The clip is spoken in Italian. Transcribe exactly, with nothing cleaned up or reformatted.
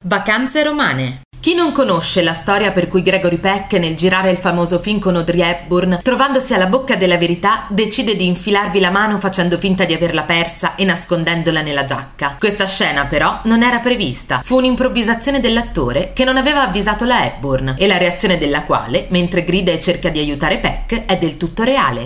Vacanze romane. Chi non conosce la storia per cui Gregory Peck, nel girare il famoso film con Audrey Hepburn, trovandosi alla bocca della verità, decide di infilarvi la mano facendo finta di averla persa e nascondendola nella giacca? Questa scena però non era prevista, fu un'improvvisazione dell'attore che non aveva avvisato la Hepburn, e la reazione della quale, mentre grida e cerca di aiutare Peck, è del tutto reale.